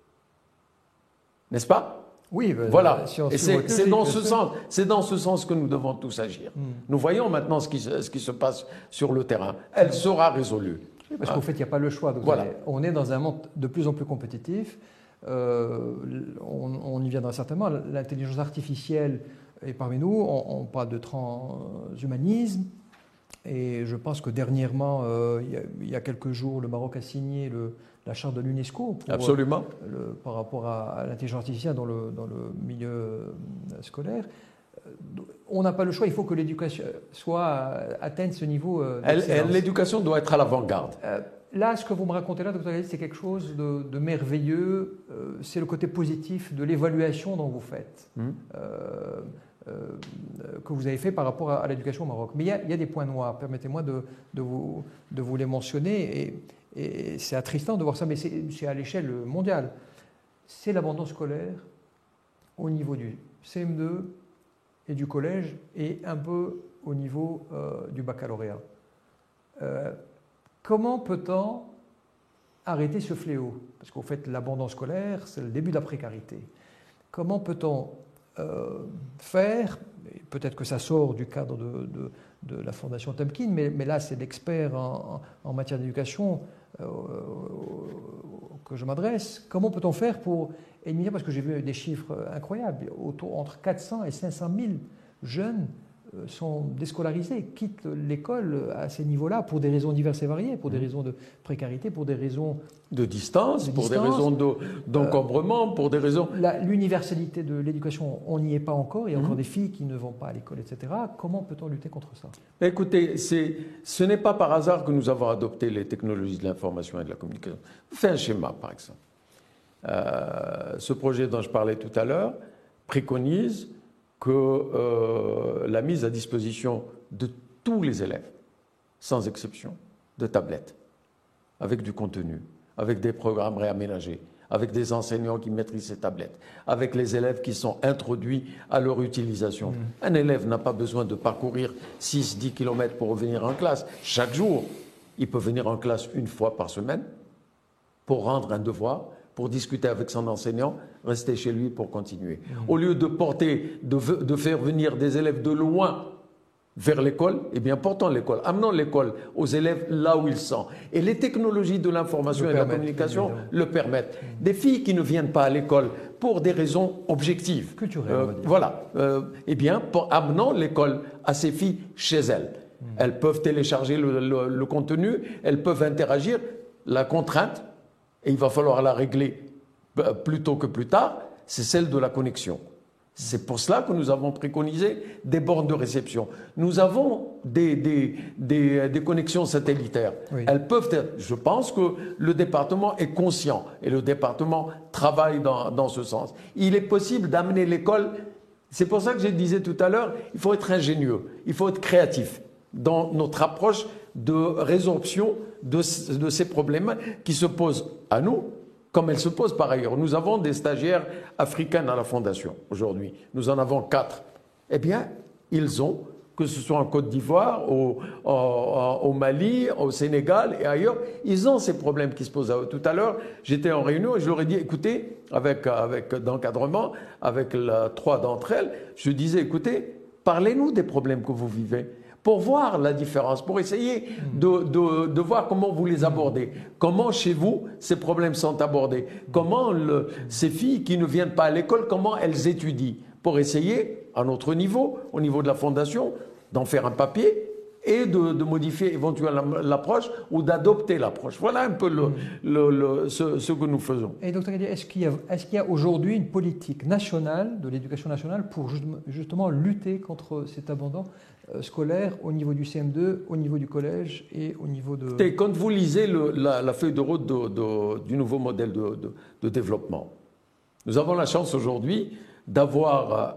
N'est-ce pas? Oui, ben, voilà. Si on et c'est, c'est, dans ce sens, c'est dans ce sens que nous devons tous agir. Mm. Nous voyons maintenant ce qui, ce qui se passe sur le terrain. Elle sera résolue. Oui, parce hein? qu'en fait, il n'y a pas le choix. Donc voilà. On est dans un monde de plus en plus compétitif. Euh, on, on y viendra certainement. L'intelligence artificielle est parmi nous. On, on parle de transhumanisme. Et je pense que dernièrement, euh, il, y a, il y a quelques jours, le Maroc a signé le, la charte de l'UNESCO pour, Absolument. Euh, le, par rapport à, à l'intelligence artificielle dans le, dans le milieu euh, scolaire. On n'a pas le choix, il faut que l'éducation soit euh, atteigne ce niveau euh, d'excellence. L'éducation doit être à l'avant-garde. Euh, là, ce que vous me racontez là, docteur Khalid, c'est quelque chose de, de merveilleux. Euh, c'est le côté positif de l'évaluation dont vous faites. Mmh. Euh, Euh, que vous avez fait par rapport à, à l'éducation au Maroc. Mais il y a, il y a des points noirs, permettez-moi de, de, vous, de vous les mentionner, et, et c'est attristant de voir ça, mais c'est, c'est à l'échelle mondiale. C'est l'abandon scolaire au niveau du C M deux et du collège, et un peu au niveau euh, du baccalauréat. Euh, comment peut-on arrêter ce fléau? Parce qu'au fait, l'abandon scolaire, c'est le début de la précarité. comment peut-on euh, faire, peut-être que ça sort du cadre de, de, de la Fondation Temkin, mais, mais là c'est l'expert en, en, en matière d'éducation euh, que je m'adresse, comment peut-on faire pour éliminer, parce que j'ai vu des chiffres incroyables, autour, entre quatre cents et cinq cent mille jeunes sont déscolarisés, quittent l'école à ces niveaux-là pour des raisons diverses et variées, pour des raisons de précarité, pour des raisons de distance, de pour distance. des raisons d'encombrement, euh, pour des raisons... L'universalité de l'éducation, on n'y est pas encore, il y a encore Mmh. des filles qui ne vont pas à l'école, et cetera. Comment peut-on lutter contre ça? Écoutez, ce n'est pas par hasard que nous avons adopté les technologies de l'information et de la communication. Je vous fais un schéma, par exemple. Euh, ce projet dont je parlais tout à l'heure préconise que euh, la mise à disposition de tous les élèves, sans exception, de tablettes, avec du contenu, avec des programmes réaménagés, avec des enseignants qui maîtrisent ces tablettes, avec les élèves qui sont introduits à leur utilisation. Mmh. Un élève n'a pas besoin de parcourir six à dix kilomètres pour revenir en classe. Chaque jour, il peut venir en classe une fois par semaine pour rendre un devoir, pour discuter avec son enseignant, rester chez lui pour continuer. Mmh. Au lieu de porter, de, de faire venir des élèves de loin vers l'école, eh bien, portons l'école, amenons l'école aux élèves là où ils sont. Et les technologies de l'information et de la communication évidemment. le permettent. Mmh. Des filles qui ne viennent pas à l'école pour des raisons objectives, culturelles, euh, on va dire. Voilà, euh, eh bien, pour, amenons l'école à ces filles chez elles. Mmh. Elles peuvent télécharger le, le, le contenu, elles peuvent interagir. La contrainte, et il va falloir la régler plus tôt que plus tard, c'est celle de la connexion. C'est pour cela que nous avons préconisé des bornes de réception. Nous avons des, des, des, des connexions satellitaires. Oui. Elles peuvent être, je pense que le département est conscient et le département travaille dans, dans ce sens. Il est possible d'amener l'école, c'est pour ça que je disais tout à l'heure, il faut être ingénieux, il faut être créatif dans notre approche de résorption de, de ces problèmes qui se posent à nous, comme elles se posent par ailleurs. Nous avons des stagiaires africaines à la Fondation aujourd'hui. Nous en avons quatre. Eh bien, ils ont, que ce soit en Côte d'Ivoire, au, au, au Mali, au Sénégal et ailleurs, ils ont ces problèmes qui se posent à eux. Tout à l'heure, j'étais en réunion et je leur ai dit, écoutez, avec, avec d'encadrement, avec la, trois d'entre elles, je disais, écoutez, parlez-nous des problèmes que vous vivez, pour voir la différence, pour essayer de, de, de voir comment vous les abordez, comment chez vous ces problèmes sont abordés, comment le, ces filles qui ne viennent pas à l'école, comment elles étudient, pour essayer, à notre niveau, au niveau de la Fondation, d'en faire un papier et de, de modifier éventuellement l'approche ou d'adopter l'approche. Voilà un peu le, mmh. le, le, ce, ce que nous faisons. Et docteur Kadi, est-ce qu'il y a, est-ce qu'il y a aujourd'hui une politique nationale, de l'éducation nationale, pour justement lutter contre cet abandon scolaire au niveau du C M deux, au niveau du collège et au niveau de... Et quand vous lisez le, la, la feuille de route de, de, du nouveau modèle de, de, de développement, nous avons la chance aujourd'hui d'avoir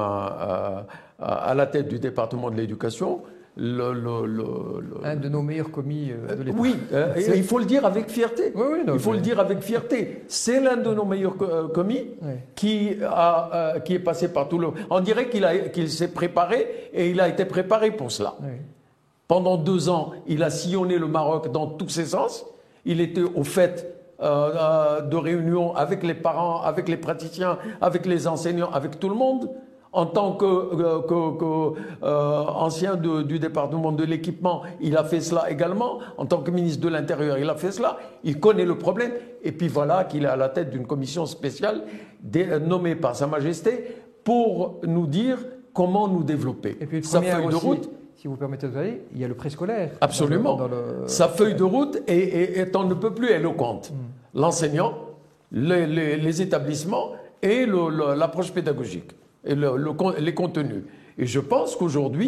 à, à, à la tête du département de l'éducation Le, le, le, le... un de nos meilleurs commis de l'État. Oui, euh, il faut le dire avec fierté. Oui, oui, non, il faut mais... le dire avec fierté. C'est l'un de nos meilleurs commis oui. qui, a, euh, qui est passé par tout le... On dirait qu'il qu'il s'est préparé et il a été préparé pour cela. Oui. Pendant deux ans, il a sillonné le Maroc dans tous ses sens. Il était au fait euh, de réunions avec les parents, avec les praticiens, avec les enseignants, avec tout le monde. En tant qu'ancien que, que, euh, de, du département de l'équipement, il a fait cela également. En tant que ministre de l'Intérieur, il a fait cela. Il connaît le problème. Et puis voilà qu'il est à la tête d'une commission spéciale nommée par Sa Majesté pour nous dire comment nous développer. Et puis sa feuille de aussi, route. Si vous permettez de aller, il y a le préscolaire. Absolument. Dans le, dans le... Sa feuille de route est, est, est on ne peut plus éloquente. Mm. L'enseignant, les, les, les établissements et l'approche pédagogique. Et le, le, les contenus. Et je pense qu'aujourd'hui,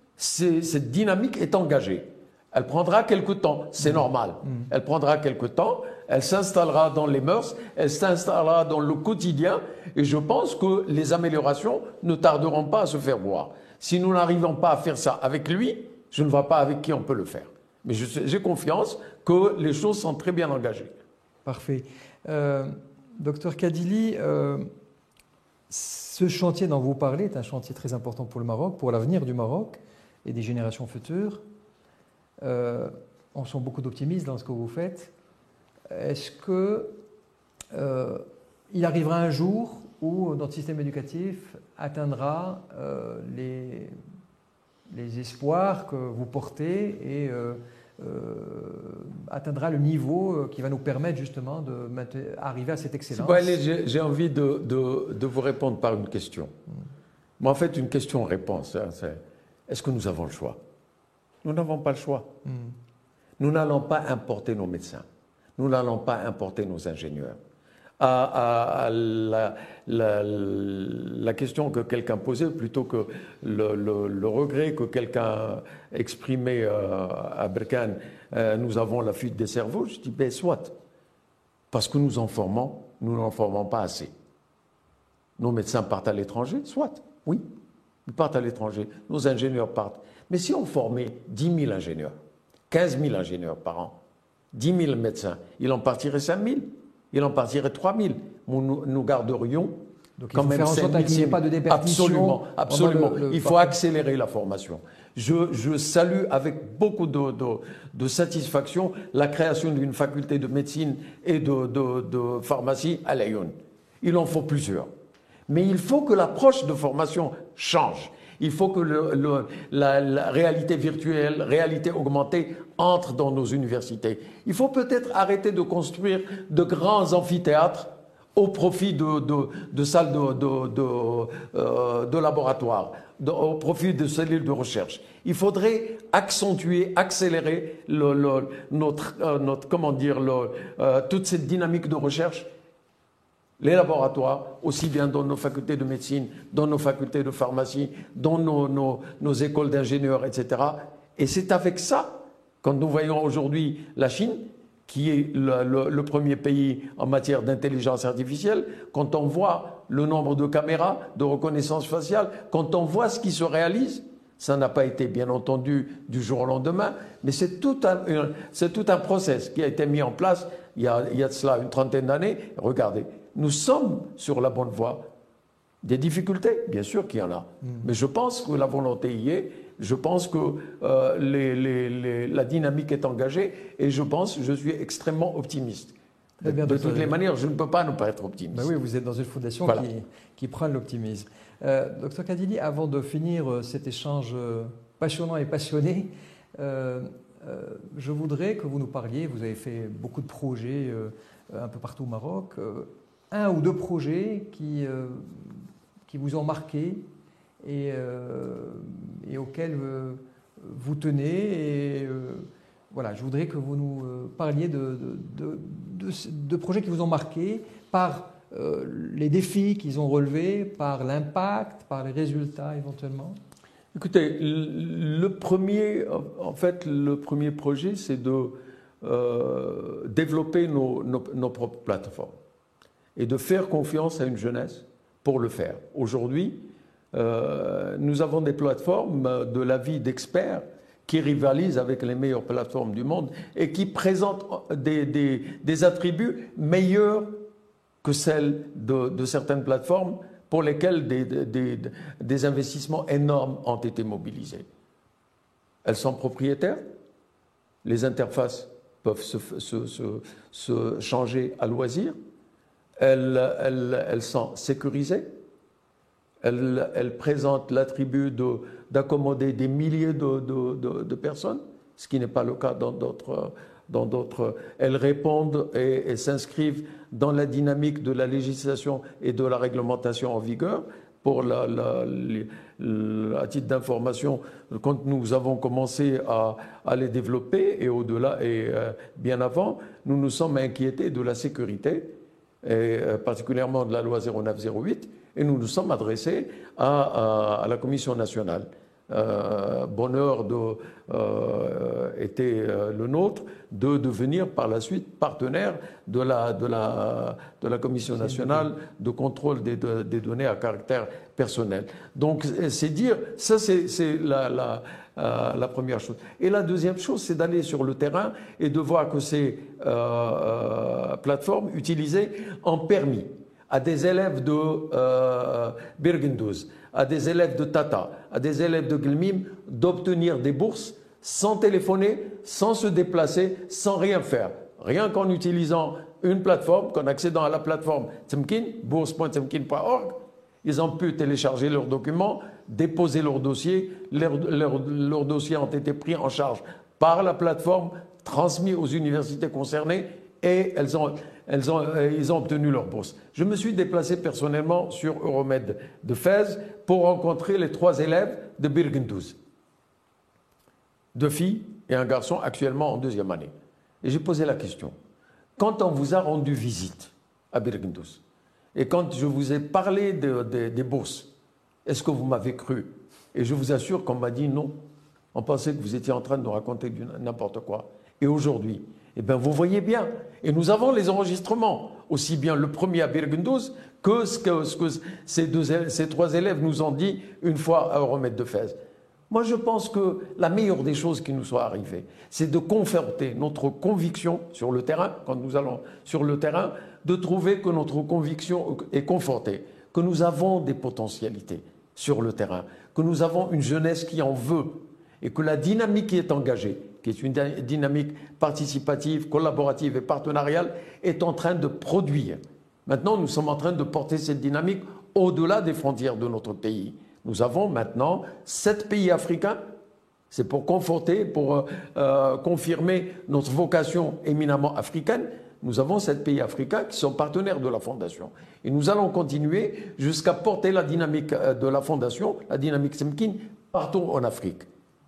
cette dynamique est engagée. Elle prendra quelque temps, c'est mmh. normal. Mmh. Elle prendra quelque temps, elle s'installera dans les mœurs, elle s'installera dans le quotidien, et je pense que les améliorations ne tarderont pas à se faire voir. Si nous n'arrivons pas à faire ça avec lui, je ne vois pas avec qui on peut le faire. Mais j'ai confiance que les choses sont très bien engagées. Parfait. Euh, docteur Kadili, euh, ce chantier dont vous parlez est un chantier très important pour le Maroc, pour l'avenir du Maroc et des générations futures. Euh, on sent beaucoup d'optimisme dans ce que vous faites. Est-ce que euh, il arrivera un jour où notre système éducatif atteindra euh, les, les espoirs que vous portez et euh, euh, atteindra le niveau qui va nous permettre justement d'arriver à cette excellence. Bon, allez, j'ai envie de, de, de vous répondre par une question. Mm. Mais en fait, une question-réponse, hein, c'est est-ce que nous avons le choix? Nous n'avons pas le choix. Mm. Nous n'allons pas importer nos médecins. Nous n'allons pas importer nos ingénieurs. À, à, à la, la, la question que quelqu'un posait, plutôt que le, le, le regret que quelqu'un exprimait euh, à Berkane, euh, nous avons la fuite des cerveaux, je dis, ben soit. Parce que nous en formons, nous n'en formons pas assez. Nos médecins partent à l'étranger, soit, oui, ils partent à l'étranger. Nos ingénieurs partent. Mais si on formait dix mille ingénieurs, quinze mille ingénieurs par an, dix mille médecins, il en partirait cinq mille. Il en partirait trois mille. Nous, nous garderions Donc, quand il faut même faire en sorte qu'il n'y ait pas de déperdition. Absolument, absolument. Le, le... Il faut accélérer la formation. Je, je salue avec beaucoup de, de, de satisfaction la création d'une faculté de médecine et de, de, de pharmacie à Lyon. Il en faut plusieurs. Mais il faut que l'approche de formation change. Il faut que le, le, la, la réalité virtuelle, réalité augmentée entre dans nos universités. Il faut peut-être arrêter de construire de grands amphithéâtres au profit de, de, de salles de, de, de, euh, de laboratoire, de, au profit de cellules de recherche. Il faudrait accentuer, accélérer le, le, notre, euh, notre, comment dire, le, euh, toute cette dynamique de recherche. Les laboratoires, aussi bien dans nos facultés de médecine, dans nos facultés de pharmacie, dans nos, nos, nos écoles d'ingénieurs, et cetera. Et c'est avec ça, quand nous voyons aujourd'hui la Chine, qui est le, le, le premier pays en matière d'intelligence artificielle, quand on voit le nombre de caméras de reconnaissance faciale, quand on voit ce qui se réalise, ça n'a pas été bien entendu du jour au lendemain, mais c'est tout un, c'est tout un process qui a été mis en place il y a, il y a de cela une trentaine d'années. Regardez. Nous sommes sur la bonne voie. Des difficultés, bien sûr qu'il y en a. Mmh. Mais je pense que la volonté y est. Je pense que euh, les, les, les, la dynamique est engagée. Et je pense, je suis extrêmement optimiste. De, bien, de toutes les manières, je ne peux pas ne pas être optimiste. Ben oui, vous êt dans une fondation voilà. qui, qui prend l'optimisme. Euh, docteur Kadili, avant de finir cet échange passionnant et passionné, euh, euh, je voudrais que vous nous parliez, vous avez fait beaucoup de projets euh, un peu partout au Maroc, euh, un ou deux projets qui, euh, qui vous ont marqué et, euh, et auxquels euh, vous tenez. Et euh, voilà, je voudrais que vous nous parliez de, de, de, de, de projets qui vous ont marqué par euh, les défis qu'ils ont relevés, par l'impact, par les résultats éventuellement. Écoutez, le premier, en fait, le premier projet, c'est de euh, développer nos, nos, nos propres plateformes et de faire confiance à une jeunesse pour le faire. Aujourd'hui, euh, nous avons des plateformes de l'avis d'experts qui rivalisent avec les meilleures plateformes du monde et qui présentent des, des, des attributs meilleurs que celles de, de certaines plateformes pour lesquelles des, des, des investissements énormes ont été mobilisés. Elles sont propriétaires, les interfaces peuvent se, se, se, se changer à loisir, elles, elles, elles sont sécurisées, elles, elles présentent l'attribut de, d'accommoder des milliers de, de, de, de personnes, ce qui n'est pas le cas dans d'autres. Dans d'autres, elles répondent et, et s'inscrivent dans la dynamique de la législation et de la réglementation en vigueur. Pour la, la, la, à titre d'information, quand nous avons commencé à, à les développer et au-delà et euh, bien avant, nous nous sommes inquiétés de la sécurité, et euh, particulièrement de la loi zéro neuf zéro huit, et nous nous sommes adressés à, à, à la Commission nationale. Euh, bonheur de, euh, était euh, le nôtre de devenir par la suite partenaire de la, de la, de la Commission nationale de contrôle des, de, des données à caractère personnel. Donc c'est dire, ça c'est la, la, euh, la première chose. Et la deuxième chose, c'est d'aller sur le terrain et de voir que ces euh, plateformes utilisées en permis à des élèves de euh, Birgendouz, à des élèves de Tata, à des élèves de Glmim, d'obtenir des bourses sans téléphoner, sans se déplacer, sans rien faire. Rien qu'en utilisant une plateforme, qu'en accédant à la plateforme Temkin, bourse point temkin point org, ils ont pu télécharger leurs documents, déposer leurs dossiers, leurs leur, leur dossiers ont été pris en charge par la plateforme, transmis aux universités concernées et elles ont, elles ont, euh, ils ont obtenu leur bourse. Je me suis déplacé personnellement sur Euromed de Fès pour rencontrer les trois élèves de Birgendouz. Deux filles et un garçon actuellement en deuxième année. Et j'ai posé la question. Quand on vous a rendu visite à Birgendouz et quand je vous ai parlé de, de, des bourses, est-ce que vous m'avez cru? Et je vous assure qu'on m'a dit non. On pensait que vous étiez en train de nous raconter n'importe quoi. Et aujourd'hui, eh bien, vous voyez bien, et nous avons les enregistrements, aussi bien le premier à Birgendouz que ce que, ce que ces, deux, ces trois élèves nous ont dit une fois à Euromed de Fès. Moi, je pense que la meilleure des choses qui nous soit arrivée, c'est de conforter notre conviction sur le terrain, quand nous allons sur le terrain, de trouver que notre conviction est confortée, que nous avons des potentialités sur le terrain, que nous avons une jeunesse qui en veut, et que la dynamique qui est engagée, qui est une dynamique participative, collaborative et partenariale, est en train de produire. Maintenant, nous sommes en train de porter cette dynamique au-delà des frontières de notre pays. Nous avons maintenant sept pays africains. C'est pour conforter, pour euh, confirmer notre vocation éminemment africaine. Nous avons sept pays africains qui sont partenaires de la Fondation. Et nous allons continuer jusqu'à porter la dynamique de la Fondation, la dynamique Temkin, partout en Afrique.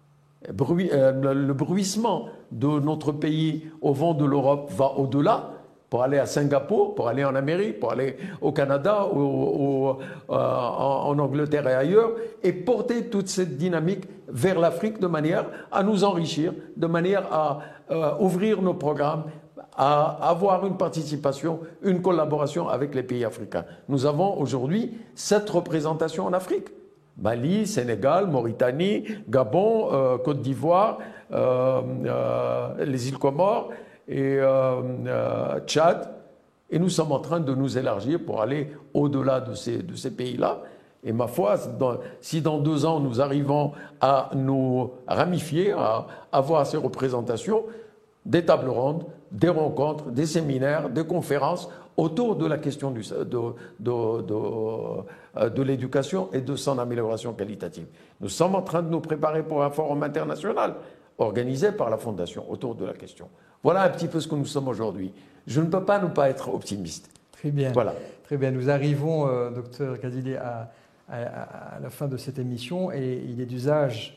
Le bruissement de notre pays au vent de l'Europe va au-delà, pour aller à Singapour, pour aller en Amérique, pour aller au Canada, au, au, euh, en, en Angleterre et ailleurs, et porter toute cette dynamique vers l'Afrique de manière à nous enrichir, de manière à euh, ouvrir nos programmes, à avoir une participation, une collaboration avec les pays africains. Nous avons aujourd'hui sept représentations en Afrique. Mali, Sénégal, Mauritanie, Gabon, euh, Côte d'Ivoire, euh, euh, les îles Comores et euh, euh, Tchad. Et nous sommes en train de nous élargir pour aller au-delà de ces, de ces pays-là. Et ma foi, dans, si dans deux ans nous arrivons à nous ramifier, à avoir ces représentations, des tables rondes, des rencontres, des séminaires, des conférences autour de la question du, de, de, de, de l'éducation et de son amélioration qualitative. Nous sommes en train de nous préparer pour un forum international organisé par la Fondation autour de la question. Voilà un petit peu ce que nous sommes aujourd'hui. Je ne peux pas ne pas être optimiste. Très bien. Voilà. Très bien. Nous arrivons, euh, docteur Kadile, à, à, à la fin de cette émission et il est d'usage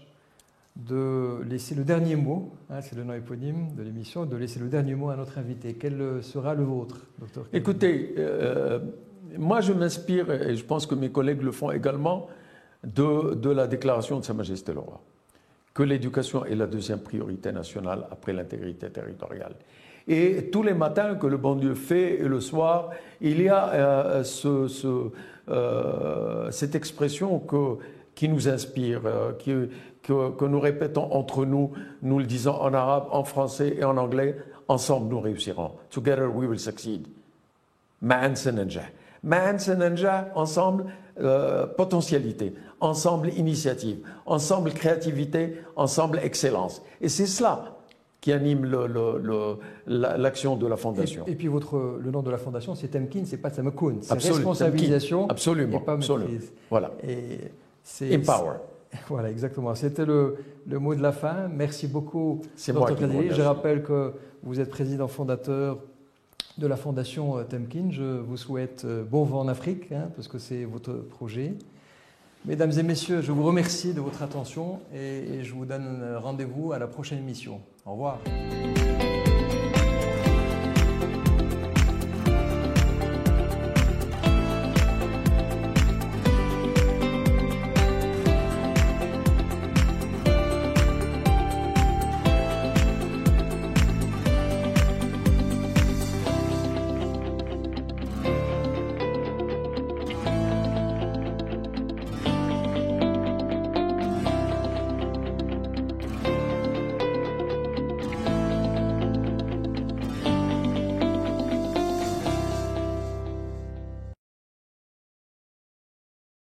de laisser le dernier mot, hein, c'est le nom éponyme de l'émission, de laisser le dernier mot à notre invité. Quel sera le vôtre, docteur Kadile? Écoutez, euh, moi je m'inspire, et je pense que mes collègues le font également, de, de la déclaration de Sa Majesté le Roi, que l'éducation est la deuxième priorité nationale après l'intégrité territoriale. Et tous les matins que le bon Dieu fait et le soir, il y a euh, ce, ce, euh, cette expression que, qui nous inspire, euh, qui, que, que nous répétons entre nous, nous le disons en arabe, en français et en anglais, ensemble nous réussirons. Together we will succeed. Ma'an sananjah. Ma'an sananjah, ensemble, euh, potentialité, ensemble initiative, ensemble créativité, ensemble excellence. Et c'est cela qui anime le, le, le, l'action de la Fondation. Et, et puis votre, le nom de la Fondation, c'est Temkin, c'est pas Tamakoun, c'est Absolument, responsabilisation absolument, et pas absolument. maîtrise. Voilà. Et c'est, Empower. Voilà, exactement. C'était le, le mot de la fin. Merci beaucoup, c'est moi docteur qui Kadile. Je rappelle que vous êtes président fondateur de la Fondation Temkin. Je vous souhaite bon vent en Afrique, hein, parce que c'est votre projet. Mesdames et messieurs, je vous remercie de votre attention et, et je vous donne rendez-vous à la prochaine émission. Au revoir.